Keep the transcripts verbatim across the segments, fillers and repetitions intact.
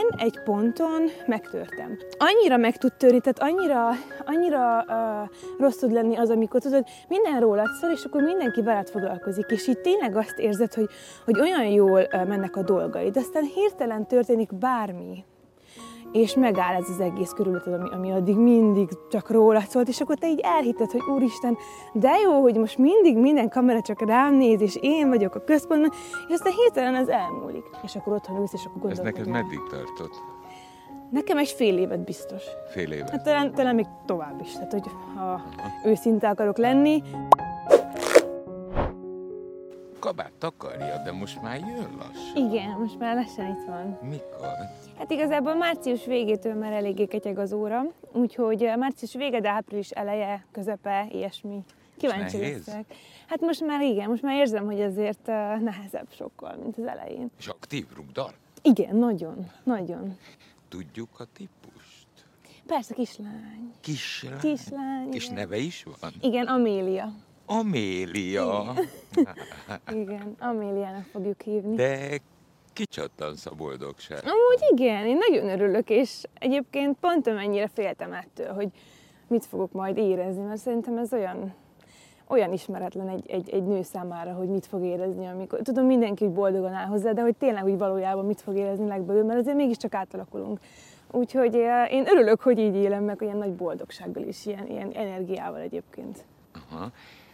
én egy ponton megtörtem. Annyira meg tud törni, tehát annyira, annyira uh, rossz tud lenni az, amikor tudod, minden rólad szól, és akkor mindenki veled foglalkozik, és így tényleg azt érzed, hogy, hogy olyan jól uh, mennek a dolgaid, de aztán hirtelen történik bármi, és megáll ez az egész körülötted, ami, ami addig mindig csak rólad szólt, és akkor te így elhitted, hogy úristen, de jó, hogy most mindig minden kamera csak rám néz, és én vagyok a központban, és aztán hirtelen ez elmúlik. És akkor otthon ülsz, és akkor gondolkodsz. Ez neked meddig tartott? Nekem egy fél évet biztos. Fél évet? Hát talán, talán még tovább is, tehát hogy ha Aha. őszinte akarok lenni. Kabát takarja, de most már jön lassan. Igen, most már lassan itt van. Mikor? Hát igazából március végétől már eléggé ketyeg az óra, úgyhogy március vége, de április eleje, közepe, ilyesmi. Kíváncsi leszek. Hát most már igen, most már érzem, hogy azért nehezebb sokkal, mint az elején. És aktív rugdal? Igen, nagyon, nagyon. Tudjuk a típust? Persze, kislány. Kislány? Kislány, És igen. neve is van? Igen, Amélia. Amélia. Igen, igen Améliának fogjuk hívni. De kicsattansz a boldogság. Amúgy igen, én nagyon örülök, és egyébként pont amennyire féltem ettől, hogy mit fogok majd érezni, mert szerintem ez olyan, olyan ismeretlen egy, egy, egy nő számára, hogy mit fog érezni, amikor... Tudom, mindenki úgy boldogan áll hozzá, de hogy tényleg úgy valójában mit fog érezni legbelül, mert azért mégiscsak átalakulunk. Úgyhogy én örülök, hogy így élem meg, olyan nagy boldogsággal is, ilyen, ilyen energiával egyébként. Aha.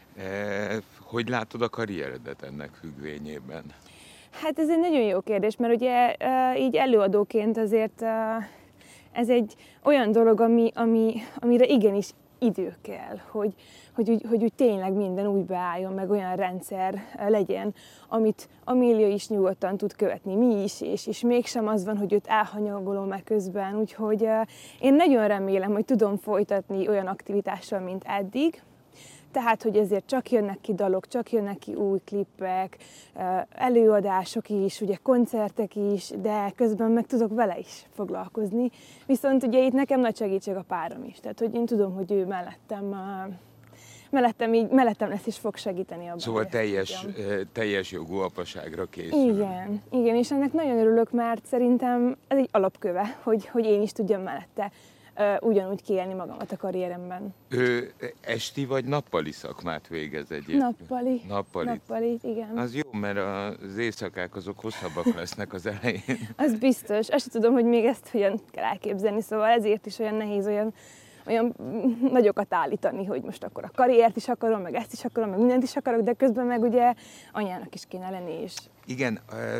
E, hogy látod a karrieredet ennek függvényében? Hát ez egy nagyon jó kérdés, mert ugye így előadóként azért ez egy olyan dolog, ami, ami, amire igenis idő kell, hogy, hogy, úgy, hogy úgy tényleg minden úgy beálljon, meg olyan rendszer legyen, amit Amélia is nyugodtan tud követni, mi is, és, és mégsem az van, hogy őt elhanyagolom meg közben, úgyhogy én nagyon remélem, hogy tudom folytatni olyan aktivitással, mint eddig. Tehát, hogy ezért csak jönnek ki dalok, csak jönnek ki új klippek, előadások is, ugye koncertek is, de közben meg tudok vele is foglalkozni. Viszont ugye itt nekem nagy segítség a párom is, tehát hogy én tudom, hogy ő mellettem, mellettem, így, mellettem lesz és fog segíteni abban. Szóval teljes, teljes jogú apaságra készül. Igen, igen, és ennek nagyon örülök, mert szerintem ez egy alapköve, hogy, hogy én is tudjam mellette ugyanúgy kiélni magamat a karrieremben. Ő esti vagy nappali szakmát végez egyébként? Nappali. Nappali. Nappali, igen. Az jó, mert az éjszakák azok hosszabbak lesznek az elején. Az biztos. Azt sem tudom, hogy még ezt hogyan kell elképzelni, szóval ezért is olyan nehéz olyan, olyan nagyokat állítani, hogy most akkor a karriert is akarom, meg ezt is akarom, meg mindent is akarok, de közben meg ugye anyának is kéne lenni is. Igen,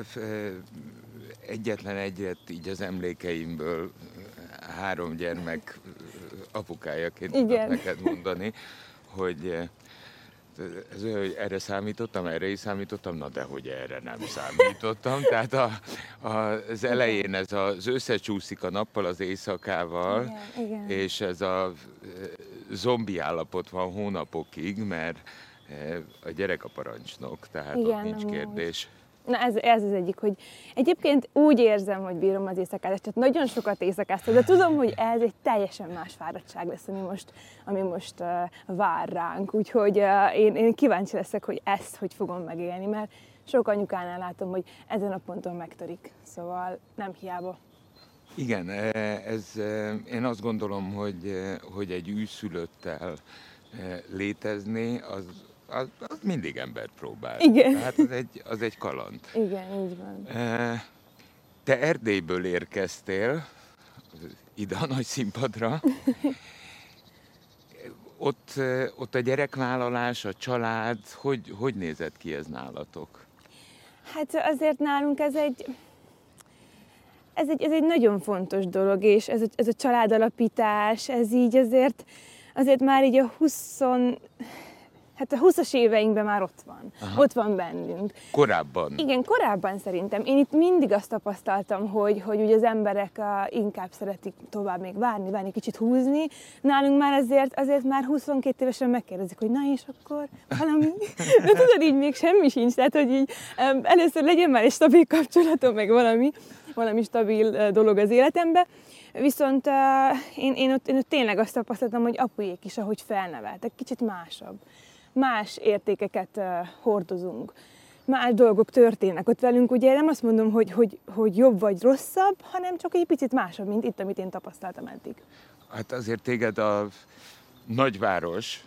egyetlen egyet így az emlékeimből három gyermek apukájaként tudok neked mondani, hogy ez olyan, hogy erre számítottam, erre is számítottam, na de hogy erre nem számítottam. Tehát a, a, az elején ez az összecsúszik a nappal az éjszakával, igen, igen. És ez a zombi állapot van hónapokig, mert a gyerek a parancsnok, tehát igen, ott nincs kérdés. Na ez, ez az egyik, hogy egyébként úgy érzem, hogy bírom az éjszakázást, tehát nagyon sokat éjszakáztam, de tudom, hogy ez egy teljesen más fáradtság lesz, ami most, ami most uh, vár ránk. Úgyhogy uh, én, én kíváncsi leszek, hogy ezt hogy fogom megélni, mert sok anyukánál látom, hogy ezen a ponton megtörik, szóval nem hiába. Igen, ez, én azt gondolom, hogy, hogy egy újszülöttel létezni, az Az, az mindig ember próbál. Igen. Tehát az egy, az egy kaland. Igen, így van. Te Erdélyből érkeztél ide a nagy színpadra. Ott, ott a gyerekvállalás, a család, hogy, hogy nézett ki ez nálatok? Hát azért nálunk ez egy, ez egy, ez egy nagyon fontos dolog, és ez a, ez a családalapítás, ez így azért, azért már így a huszon... Hát a huszas éveinkben már ott van. Aha. Ott van bennünk. Korábban? Igen, korábban szerintem. Én itt mindig azt tapasztaltam, hogy, hogy ugye az emberek a, inkább szeretik tovább még várni, várni, kicsit húzni. Nálunk már azért, azért már huszonkét évesen megkérdezik, hogy na és akkor valami... De tudod, így még semmi sincs. Tehát, hogy így um, először legyen már egy stabil kapcsolatom, meg valami, valami stabil uh, dolog az életemben. Viszont uh, én, én, ott, én ott tényleg azt tapasztaltam, hogy apujék is, ahogy felneveltek, kicsit másabb. Más értékeket uh, hordozunk. más dolgok történnek ott velünk. Ugye nem azt mondom, hogy, hogy, hogy jobb vagy rosszabb, hanem csak egy picit másabb, mint itt, amit én tapasztaltam eddig. Hát azért téged a nagyváros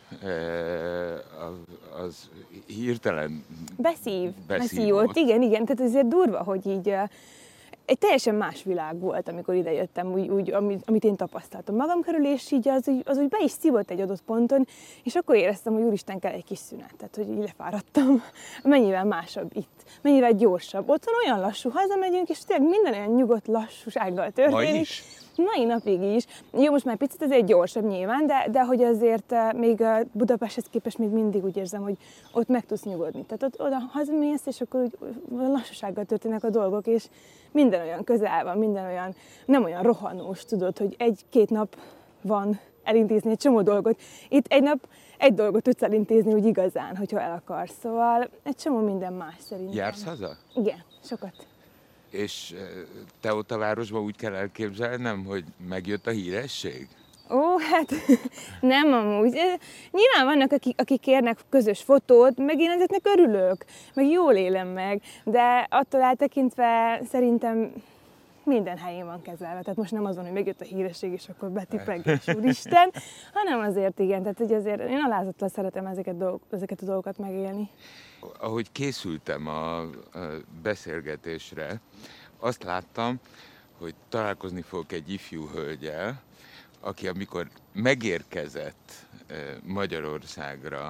az hirtelen Beszív, beszívott. beszívott. Igen, igen, tehát ezért durva, hogy így egy teljesen más világ volt, amikor idejöttem, úgy, úgy, amit én tapasztaltam magam körül, és így az, az úgy be is szívott egy adott ponton, és akkor éreztem, hogy úristen, kell egy kis szünet, tehát hogy így lefáradtam. Mennyivel másabb itt, mennyivel gyorsabb. Otthon olyan lassú, hazamegyünk, és tényleg minden olyan nyugodt lassúsággal történik. Ma is? Mai napig is. Jó, most már picit azért gyorsabb nyilván, de, de hogy azért még Budapesthez képest még mindig úgy érzem, hogy ott meg tudsz nyugodni. Tehát ott oda hazamész, és akkor úgy lassúsággal történnek a dolgok, és minden olyan közel van, minden olyan, nem olyan rohanós, tudod, hogy egy-két nap van elintézni egy csomó dolgot. Itt egy nap egy dolgot tudsz elintézni úgy igazán, hogyha el akarsz. Szóval egy csomó minden más szerintem. Jársz haza? Igen, sokat. És te ott a városban úgy kell elképzelnem, hogy megjött a híresség? Ó, hát nem amúgy. Nyilván vannak, akik, akik kérnek közös fotót, meg én ezeknek örülök, meg jól élem meg, de attól eltekintve szerintem minden helyén van kezelve. Tehát most nem azon, hogy megjött a híresség, és akkor betipegés, úristen, hanem azért igen, tehát hogy azért én alázattal szeretem ezeket, dolg, ezeket a dolgokat megélni. Ahogy készültem a, a beszélgetésre, azt láttam, hogy találkozni fogok egy ifjú hölgyel, aki amikor megérkezett Magyarországra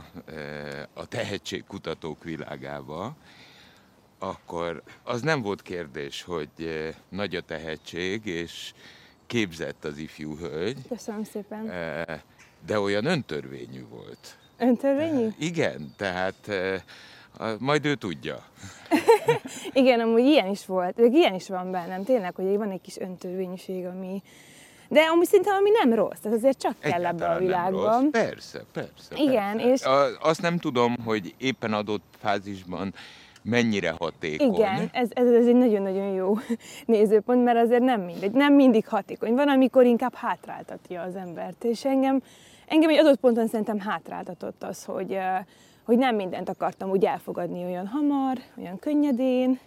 a tehetségkutatók világába, akkor az nem volt kérdés, hogy nagy a tehetség, és képzett az ifjú hölgy. Köszönöm szépen. De olyan öntörvényű volt. Öntörvényű? Igen, tehát majd ő tudja. Igen, amúgy ilyen is volt, ilyen is van bennem, tényleg, hogy van egy kis öntörvényűség, ami... De amúgy szerintem, ami nem rossz, tehát azért csak kell ebbe a világban. Persze, persze. Igen, persze. és... Azt nem tudom, hogy éppen adott fázisban mennyire hatékony. Igen, ez, ez, ez egy nagyon-nagyon jó nézőpont, mert azért nem mindegy, nem mindig hatékony. Van, amikor inkább hátráltatja az embert, és engem, engem egy adott ponton szerintem hátráltatott az, hogy, hogy nem mindent akartam úgy elfogadni olyan hamar, olyan könnyedén,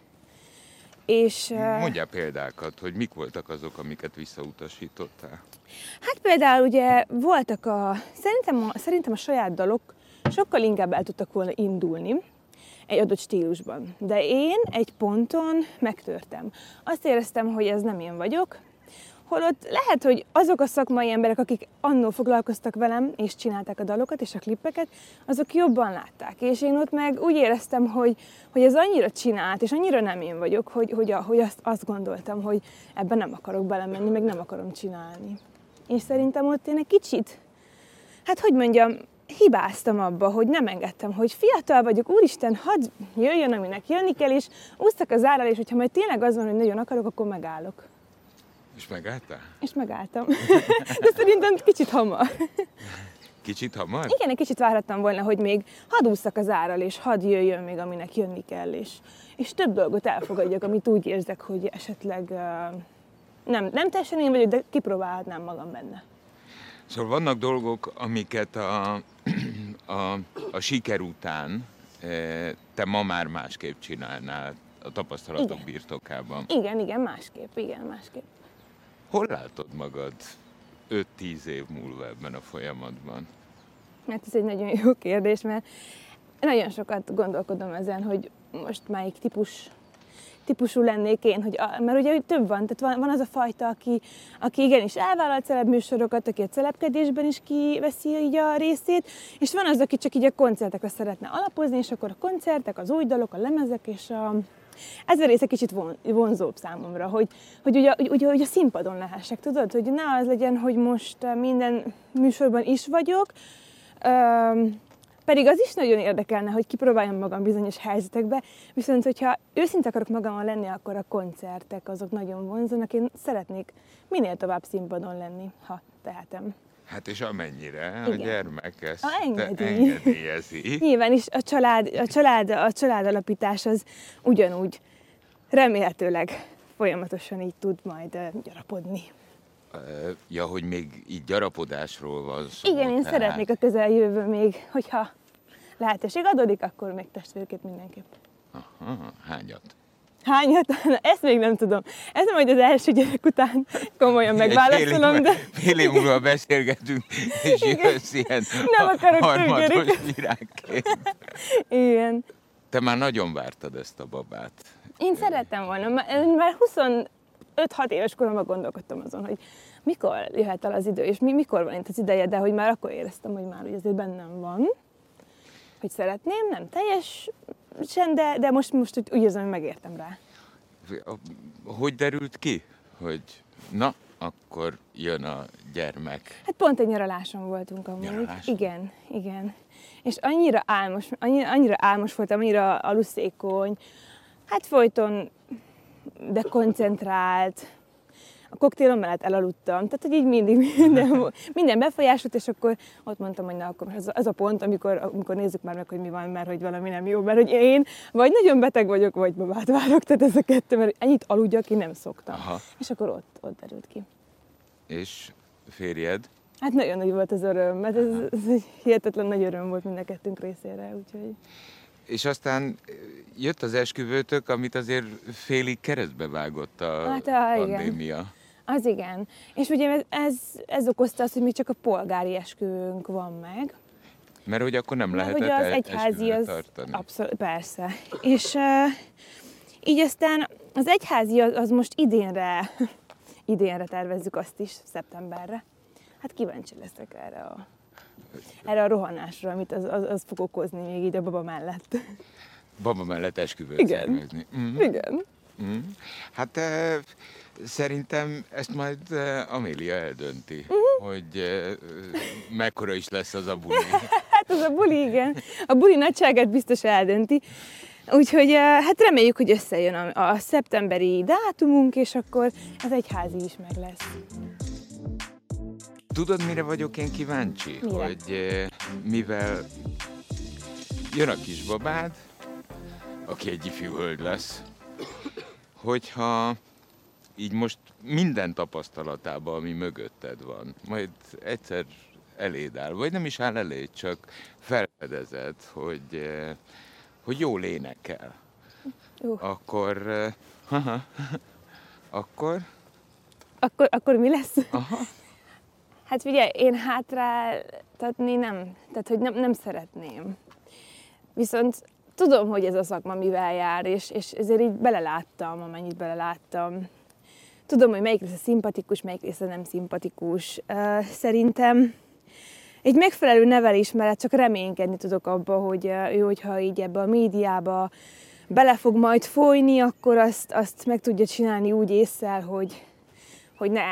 és... Mondjál példákat, hogy mik voltak azok, amiket visszautasítottál? Hát például ugye voltak a... Szerintem a, szerintem a saját dalok sokkal inkább el tudtak volna indulni egy adott stílusban. De én egy ponton megtörtem. Azt éreztem, hogy ez nem én vagyok, holott lehet, hogy azok a szakmai emberek, akik annól foglalkoztak velem, és csinálták a dalokat és a klippeket, azok jobban látták. És én ott meg úgy éreztem, hogy, hogy ez annyira csinált, és annyira nem én vagyok, hogy, hogy, hogy azt, azt gondoltam, hogy ebben nem akarok belemenni, meg nem akarom csinálni. És szerintem ott én egy kicsit, hát hogy mondjam, hibáztam abba, hogy nem engedtem, hogy fiatal vagyok, úristen, hadd jöjjön, aminek jönni kell, és úsztak az árral, és hogyha majd tényleg az van, hogy nagyon akarok, akkor megállok. És megálltál? És megálltam. De szerintem kicsit hamar. Kicsit hamar? Igen, egy kicsit várhattam volna, hogy még hadd ússzak az árral, és hadd jöjjön még, aminek jönni kell, és, és több dolgot elfogadjak, amit úgy érzek, hogy esetleg uh, nem, nem teljesen én vagyok, de kipróbálhatnám magam benne. Szóval vannak dolgok, amiket a, a, a siker után te ma már másképp csinálnál a tapasztalatok igen. birtokában. Igen, igen, másképp, igen, másképp. Hol látod magad öt-tíz év múlva ebben a folyamatban? Hát ez egy nagyon jó kérdés, mert nagyon sokat gondolkodom ezen, hogy most melyik típus típusú lennék én, hogy a, mert ugye több van, tehát van, van az a fajta, aki, aki igenis elvállal celeb műsorokat, aki a celebkedésben is kiveszi így a részét, és van az, aki csak így a koncertekre szeretne alapozni, és akkor a koncertek, az új dalok, a lemezek, és a, ez a része kicsit von, vonzóbb számomra, hogy, hogy ugye, ugye, ugye a színpadon lehessek, tudod, hogy ne az legyen, hogy most minden műsorban is vagyok, um, pedig az is nagyon érdekelne, hogy kipróbáljam magam bizonyos helyzetekbe, viszont hogyha őszinte akarok magammal lenni, akkor a koncertek azok nagyon vonzanak. Én szeretnék minél tovább színpadon lenni, ha tehetem. Hát és amennyire igen. a gyermek ezt a engedi. engedélyezi. Nyilván is a család, a, család, a családalapítás az ugyanúgy remélhetőleg folyamatosan így tud majd gyarapodni. Ja, hogy még így gyarapodásról van szó. Igen, én szeretnék a közeljövőben még, hogyha lehetőség adódik, akkor még testvérként mindenképp. Aha, hányat? Hányat? Na, ezt még nem tudom. Ez majd az első gyerek után komolyan megválaszolom, de... Fél év múlva beszélgetünk, és jössz ilyen nem akarok harmados virágként. Igen. Te már nagyon vártad ezt a babát. Én szerettem volna. Már huszonöt-hat éves koromban gondolkodtam azon, hogy mikor jöhet el az idő, és mi, mikor van itt az ideje, de hogy már akkor éreztem, hogy már hogy azért bennem van, hogy szeretném, nem teljesen, de, de most, most úgy érzem, hogy megértem rá. Hogy derült ki, hogy na, akkor jön a gyermek? Hát pont egy nyaraláson voltunk amúgy. Nyaraláson? Igen, igen. És annyira álmos, annyira, annyira álmos voltam, annyira aluszékony, hát folyton, de koncentrált. A koktélom mellett elaludtam, tehát hogy így mindig minden, minden befolyásolt, és akkor ott mondtam, hogy na, akkor az, az a pont, amikor, amikor nézzük már meg, hogy mi van, mert hogy valami nem jó, mert hogy én vagy nagyon beteg vagyok, vagy babát várok, tehát ez a kettő, mert ennyit aludjak, én nem szoktam. Aha. És akkor ott, ott derült ki. És férjed? Hát nagyon nagy volt az öröm, mert ez, ez egy hihetetlen nagy öröm volt mind a kettőnk részére, úgyhogy... És aztán jött az esküvőtök, amit azért félig keresztbe vágott a hát, á, pandémia. Igen. Az igen. És ugye ez, ez, ez okozta azt, hogy még csak a polgári esküvőnk van meg. Mert hogy akkor nem Mert lehetett ugye az egyházi az tartani. Abszolút, persze. És uh, így aztán az egyházi az, az most idénre, idénre tervezzük azt is, szeptemberre. Hát kíváncsi leszek erre a, erre a rohanásra, amit az, az, az fog okozni még így a baba mellett. Baba mellett esküvőt Igen. szervezni. Mm. Igen. Mm. Hát e, szerintem ezt majd e, Amélia eldönti, uh-huh. hogy e, mekkora is lesz az a buli. Hát az a buli, igen. A buli nagyságát biztos eldönti. Úgyhogy hát reméljük, hogy összejön a, a szeptemberi dátumunk, és akkor az egyházi is meg lesz. Tudod, mire vagyok én kíváncsi? Mire? Hogy mivel jön a kisbabád, aki egy ifjú hölgy lesz, hogyha így most minden tapasztalatában, ami mögötted van, majd egyszer eléd áll, vagy nem is áll eléd, csak felfedezed, hogy, hogy jól énekel. Uh. Akkor, haha, akkor? Akkor, akkor mi lesz? Aha. Hát figyelj, én hátráltatni nem, tehát hogy nem, nem szeretném. Viszont tudom, hogy ez a szakma mivel jár, és, és ezért így beleláttam, amennyit beleláttam. Tudom, hogy melyik része szimpatikus, melyik része nem szimpatikus. Uh, szerintem egy megfelelő nevelés mellett csak reménykedni tudok abba, hogy ő, hogyha így ebbe a médiába bele fog majd folyni, akkor azt, azt meg tudja csinálni úgy ésszel, hogy, hogy ne,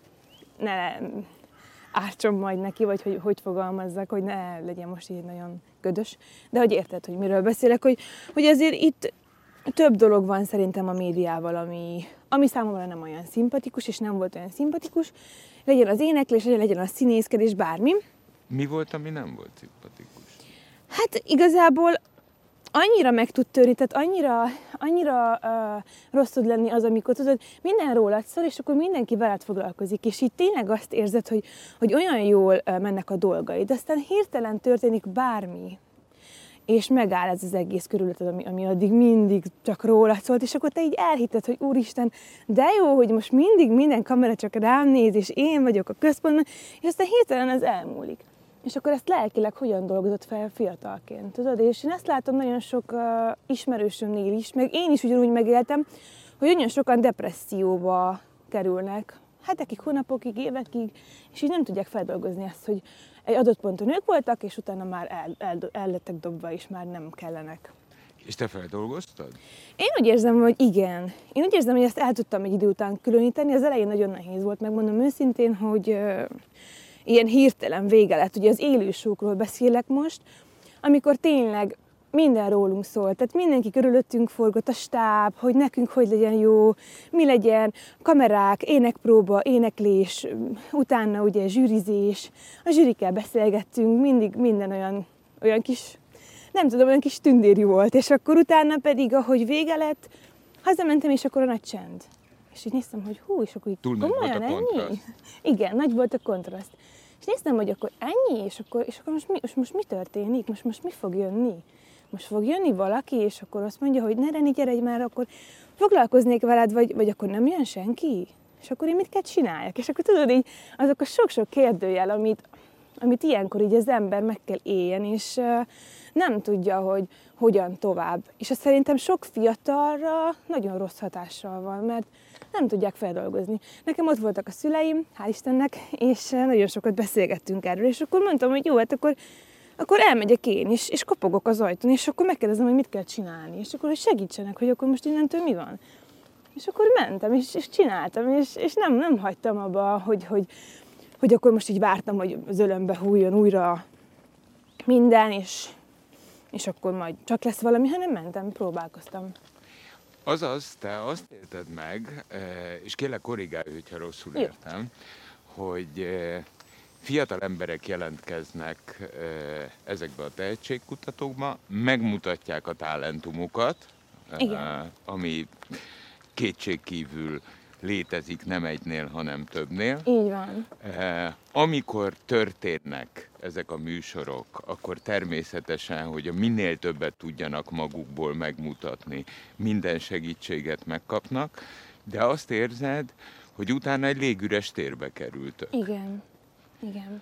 ne ártson majd neki, vagy hogy, hogy fogalmazzak, hogy ne legyen most így nagyon ködös. De hogy érted, hogy miről beszélek, hogy, hogy azért itt több dolog van szerintem a médiával, ami, ami számomra nem olyan szimpatikus, és nem volt olyan szimpatikus. Legyen az éneklés, legyen a színészkedés, bármi. Mi volt, ami nem volt szimpatikus? Hát igazából annyira meg tud törni, tehát annyira, annyira uh, rossz tud lenni az, amikor tudod, minden rólad szól, és akkor mindenki veled foglalkozik, és így tényleg azt érzed, hogy, hogy olyan jól uh, mennek a dolgaid, de aztán hirtelen történik bármi, és megáll ez az egész körülötted, ami, ami addig mindig csak rólad szólt, és akkor te így elhitted, hogy úristen, de jó, hogy most mindig minden kamera csak rám néz, és én vagyok a központban, és aztán hirtelen ez elmúlik. És akkor ezt lelkileg hogyan dolgozott fel fiatalként, tudod? És én ezt látom nagyon sok uh, ismerősömnél is, meg én is ugyanúgy megéltem, hogy nagyon sokan depresszióba kerülnek, hetekig, hónapokig, évekig, és így nem tudják feldolgozni ezt, hogy egy adott ponton ők voltak, és utána már el, el, el lettek dobva, és már nem kellenek. És te feldolgoztad? Én úgy érzem, hogy igen. Én úgy érzem, hogy ezt el tudtam egy idő után különíteni. Az elején nagyon nehéz volt, megmondom őszintén, hogy uh, ilyen hirtelen vége lett. Ugye az élősókról beszélek most, amikor tényleg minden rólunk szól. Tehát mindenki körülöttünk forgott, a stáb, hogy nekünk hogy legyen jó, mi legyen, kamerák, énekpróba, éneklés, utána ugye zsűrizés. A zsűrikkel beszélgettünk, mindig minden olyan, olyan kis, nem tudom, olyan kis tündéri volt. És akkor utána pedig, ahogy vége lett, hazamentem, és akkor a nagy csend. És így néztem, hogy hú, és akkor így túl nagy volt a kontraszt. Igen, nagy volt a kontraszt. És néztem, hogy akkor ennyi, és akkor, és akkor most, mi, most, most mi történik, most, most mi fog jönni? most fog jönni valaki, és akkor azt mondja, hogy ne Reni, gyere már, akkor foglalkoznék veled, vagy, vagy akkor nem jön senki? És akkor én mit kell csináljak? És akkor tudod, így azok a sok-sok kérdőjel, amit, amit ilyenkor így az ember meg kell éljen, és uh, nem tudja, hogy hogyan tovább. És azt szerintem sok fiatalra nagyon rossz hatással van, mert nem tudják feldolgozni. Nekem ott voltak a szüleim, hál' Istennek, és nagyon sokat beszélgettünk erről, és akkor mondtam, hogy jó, hát akkor, akkor elmegyek én is, és kopogok az ajtón, és akkor megkérdezem, hogy mit kell csinálni, és akkor hogy segítsenek, hogy akkor most innentől mi van. És akkor mentem, és, és csináltam, és, és nem, nem hagytam abba, hogy, hogy, hogy akkor most így vártam, hogy az ölömbe hújjon újra minden, és, és akkor majd csak lesz valami, hanem mentem, próbálkoztam. Azaz, te azt érted meg, és kérlek korrigálj, hogyha rosszul értem, jó, hogy fiatal emberek jelentkeznek ezekbe a tehetségkutatókba, megmutatják a talentumukat, igen, ami kétségkívül létezik nem egynél, hanem többnél. Így van. Amikor történnek ezek a műsorok, akkor természetesen, hogy a minél többet tudjanak magukból megmutatni, minden segítséget megkapnak, de azt érzed, hogy utána egy légüres térbe kerültök. Igen, igen.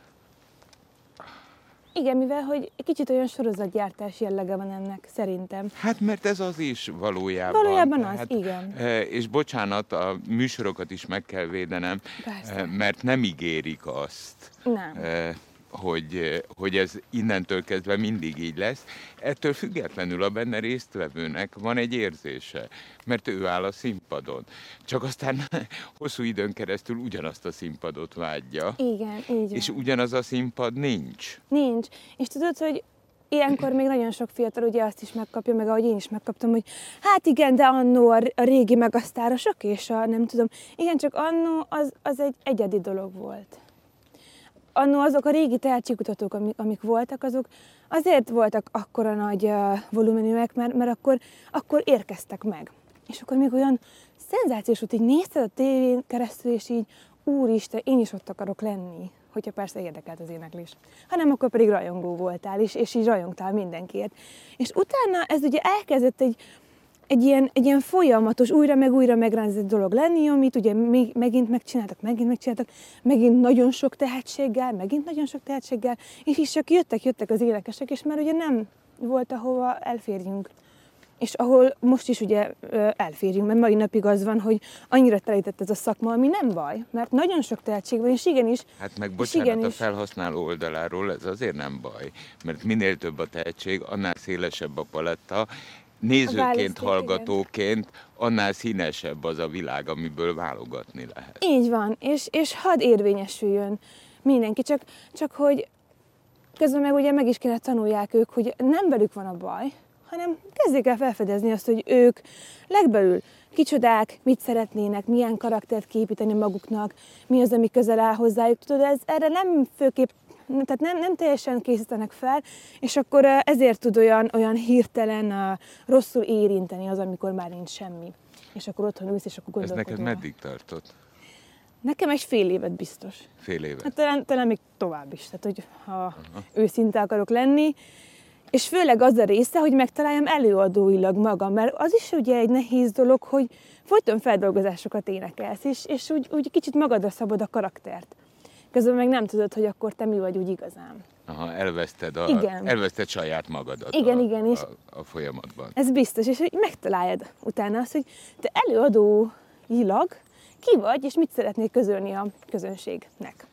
Igen, mivel hogy egy kicsit olyan sorozatgyártás jellege van ennek, szerintem. Hát mert ez az is valójában. Valójában az, hát, igen. És bocsánat, a műsorokat is meg kell védenem, persze, mert nem ígérik azt, nem, hogy, hogy ez innentől kezdve mindig így lesz. Ettől függetlenül a benne résztvevőnek van egy érzése, mert ő áll a színpadon. Csak aztán hosszú időn keresztül ugyanazt a színpadot vágyja. Igen, így van. És ugyanaz a színpad nincs. Nincs. És tudod, hogy ilyenkor még nagyon sok fiatal ugye azt is megkapja, meg ahogy én is megkaptam, hogy hát igen, de annó a, a régi meg a sztárosok, és a nem tudom. Igen, csak annó az, az egy egyedi dolog volt. Annó azok a régi tehetségkutatók, amik, amik voltak, azok azért voltak akkora nagy uh, volumenűek, mert, mert akkor, akkor érkeztek meg. És akkor még olyan szenzációs volt, így nézted a tévén keresztül, és így úristen, én is ott akarok lenni, hogyha persze érdekelt az éneklés. Hanem akkor pedig rajongó voltál, és, és így rajongtál mindenkiért. És utána ez ugye elkezdett egy, egy, ilyen, egy ilyen folyamatos, újra meg újra megrendezett dolog lenni, amit ugye még, megint megcsináltak, megint megcsináltak, megint nagyon sok tehetséggel, megint nagyon sok tehetséggel, és is csak jöttek, jöttek az énekesek, és már ugye nem volt, ahova elférjünk. És ahol most is ugye elférjünk, mert mai napig az van, hogy annyira telített ez a szakma, ami nem baj, mert nagyon sok tehetség van, és igenis. Hát meg bocsánat, a felhasználó oldaláról ez azért nem baj, mert minél több a tehetség, annál szélesebb a paletta, nézőként, hallgatóként, annál színesebb az a világ, amiből válogatni lehet. Így van, és, és hadd érvényesüljön mindenki, csak, csak hogy közben meg ugye meg is kéne tanulják ők, hogy nem velük van a baj, hanem kezdjék el felfedezni azt, hogy ők legbelül kicsodák, mit szeretnének, milyen karaktert képíteni maguknak, mi az, ami közel áll hozzájuk. Tudod, ez, erre nem főképp, tehát nem, nem teljesen készítenek fel, és akkor ezért tud olyan, olyan hirtelen rosszul érinteni az, amikor már nincs semmi. És akkor otthon ülsz, és akkor gondolkodol. Ez neked meddig tartott? Nekem egy fél évet biztos. Fél évet? Hát talán, talán még tovább is, tehát hogy ha aha, őszinte akarok lenni. És főleg az a része, hogy megtaláljam előadóilag magam, mert az is ugye egy nehéz dolog, hogy folyton feldolgozásokat énekelsz, és, és úgy, úgy kicsit magadra szabod a karaktert. Közben meg nem tudod, hogy akkor te mi vagy úgy igazán. Aha, elveszted, a, elveszted saját magadat igen, a, igen, és a, a folyamatban. Ez biztos, és hogy megtaláljad utána azt, hogy te előadóilag ki vagy, és mit szeretnél közölni a közönségnek.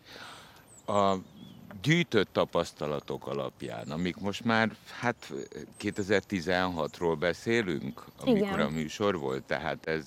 A gyűjtött tapasztalatok alapján, amik most már, hát kétezer-tizenhatról beszélünk, amikor igen, a műsor volt, tehát ez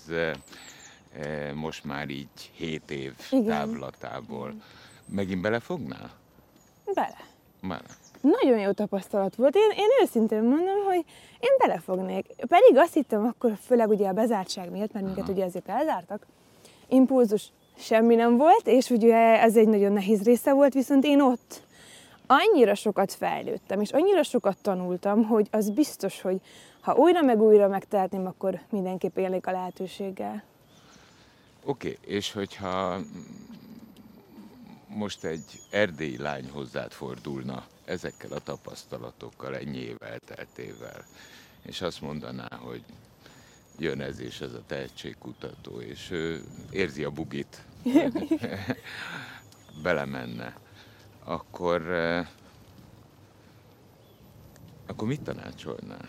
e, most már így hét év igen, távlatából. Megint belefognál? Bele. Bele. Nagyon jó tapasztalat volt. Én, én őszintén mondom, hogy én belefognék. Pedig azt hittem akkor, főleg ugye a bezártság miatt, mert minket aha, ugye ezért elzártak. Impulzus semmi nem volt, és ugye ez egy nagyon nehéz része volt, viszont én ott annyira sokat fejlődtem, és annyira sokat tanultam, hogy az biztos, hogy ha újra meg újra megtehetném, akkor mindenképp élnék a lehetőséggel. Oké, okay, és hogyha most egy erdélyi lány hozzád fordulna ezekkel a tapasztalatokkal ennyi év elteltével, és azt mondaná, hogy jön ez és ez a tehetségkutató, és ő érzi a bugit, hogy belemenne, akkor, akkor mit tanácsolnál?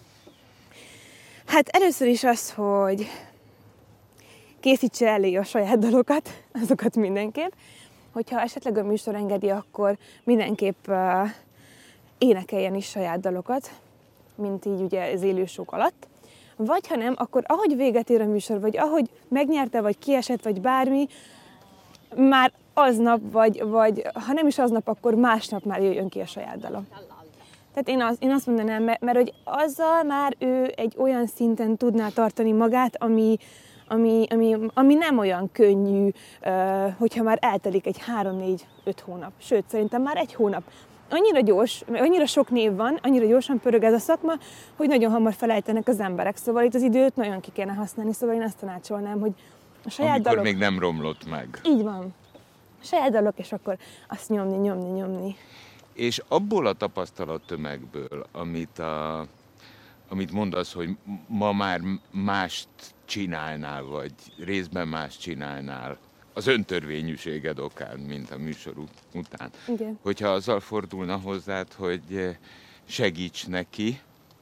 Hát először is az, hogy készítse elé a saját dalokat, azokat mindenképp. Hogyha esetleg a műsor engedi, akkor mindenképp uh, énekeljen is saját dalokat, mint így ugye az élősók alatt. Vagy ha nem, akkor ahogy véget ér a műsor, vagy ahogy megnyerte, vagy kiesett, vagy bármi, már aznap, vagy, vagy ha nem is aznap, akkor másnap már jöjjön ki a saját dala. Tehát én, az, én azt mondanám, mert, mert hogy azzal már ő egy olyan szinten tudná tartani magát, ami, ami, ami, ami nem olyan könnyű, hogyha már eltelik egy három, négy, öt hónap. Sőt, szerintem már egy hónap. Annyira gyors, annyira sok név van, annyira gyorsan pörög ez a szakma, hogy nagyon hamar felejtenek az emberek. Szóval itt az időt nagyon ki kéne használni, szóval én azt tanácsolnám, hogy a saját Amikor dalok... még nem romlott meg. Így van. A saját dalok, és akkor azt nyomni, nyomni, nyomni. És abból a tapasztalattömegből, amit, a, amit mondasz, hogy ma már mást csinálnál, vagy részben mást csinálnál, az öntörvényűséged okán, mint a műsor után. Igen. Hogyha azzal fordulna hozzád, hogy segíts neki,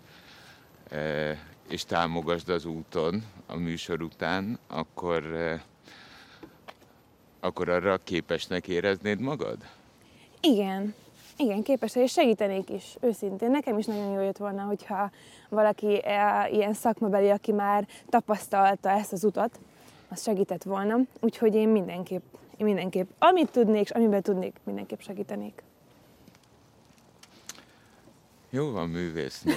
és támogasd az úton a műsor után, akkor, akkor arra képesnek éreznéd magad? Igen. Igen, képes, és segítenék is, őszintén. Nekem is nagyon jól jött volna, hogyha valaki e, ilyen szakmabeli, aki már tapasztalta ezt az utat, az segített volna. Úgyhogy én mindenképp, én mindenképp, amit tudnék, és amiben tudnék, mindenképp segítenék. Jó van, művésznő.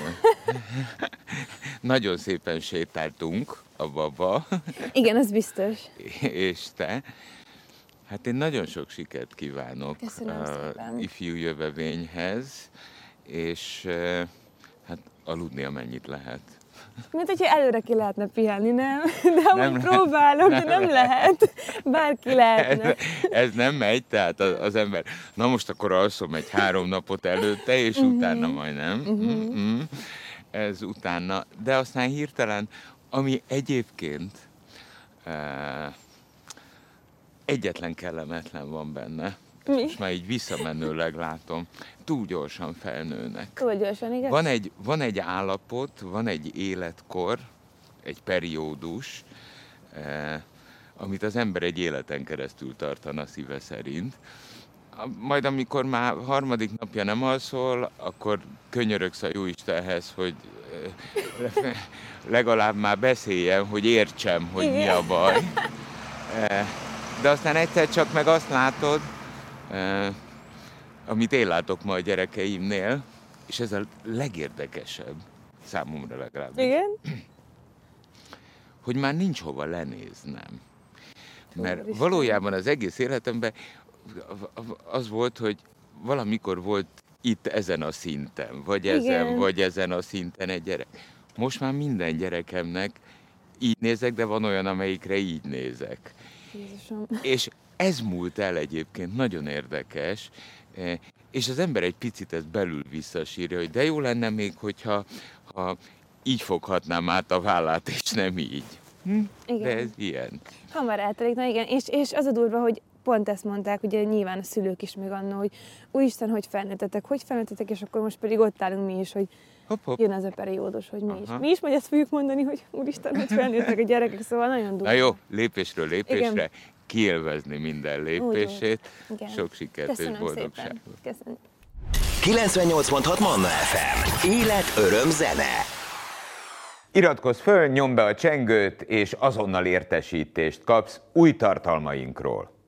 Nagyon szépen sétáltunk a baba. Igen, az biztos. És te. Hát én nagyon sok sikert kívánok az ifjú jövevényhez, és hát aludni amennyit lehet. Mint hogyha előre ki lehetne pihenni, nem? De amúgy nem próbálok, nem, de nem lehet. Bárki lehetne. Ez, ez nem megy, tehát az, az ember, na most akkor alszom egy három napot előtte, és uh-huh. utána majd nem. Uh-huh. Uh-huh. Ez utána. De aztán hirtelen, ami egyébként uh, egyetlen kellemetlen van benne, Mi? és már így visszamenőleg látom, túl gyorsan felnőnek. Túl gyorsan, igaz? Van egy, van egy állapot, van egy életkor, egy periódus, eh, amit az ember egy életen keresztül tartana szíve szerint. Majd amikor már harmadik napja nem alszol, akkor könyörögsz a Jóistenhez, hogy eh, legalább már beszéljen, hogy értsem, hogy igen, mi a baj. Eh, de aztán egyszer csak meg azt látod, eh, amit én látok ma a gyerekeimnél, és ez a legérdekesebb, számomra legalábbis. Igen? Hogy már nincs hova lenéznem. Mert valójában az egész életemben az volt, hogy valamikor volt itt ezen a szinten, vagy ezen, igen, vagy ezen a szinten egy gyerek. Most már minden gyerekemnek így nézek, de van olyan, amelyikre így nézek. Jézusom. És ez múlt el egyébként, nagyon érdekes, és az ember egy picit ezt belül visszasírja, hogy de jó lenne még, hogyha ha így foghatnám át a vállát, és nem így. Hm? Igen. De ez ilyen. Hamar eltelik, na igen, és, és az a durva, hogy pont ezt mondták, ugye nyilván a szülők is még annól, hogy úristen, hogy felnőttetek, hogy felnőttetek, és akkor most pedig ott állunk mi is, hogy hopp, hopp, jön ez a periódus, hogy mi aha, is. Mi is majd ezt fogjuk mondani, hogy úristen, hogy felnőttek a gyerekek, szóval nagyon durva. Na jó, lépésről lépésre, igen, kiélvezni minden lépését. Sok sikert és boldogságot. Köszönöm. kilencvennyolc pont hat Manna ef em. Élet, öröm, zene. Iratkozz föl, nyomd be a csengőt, és azonnal értesítést kapsz új tartalmainkról.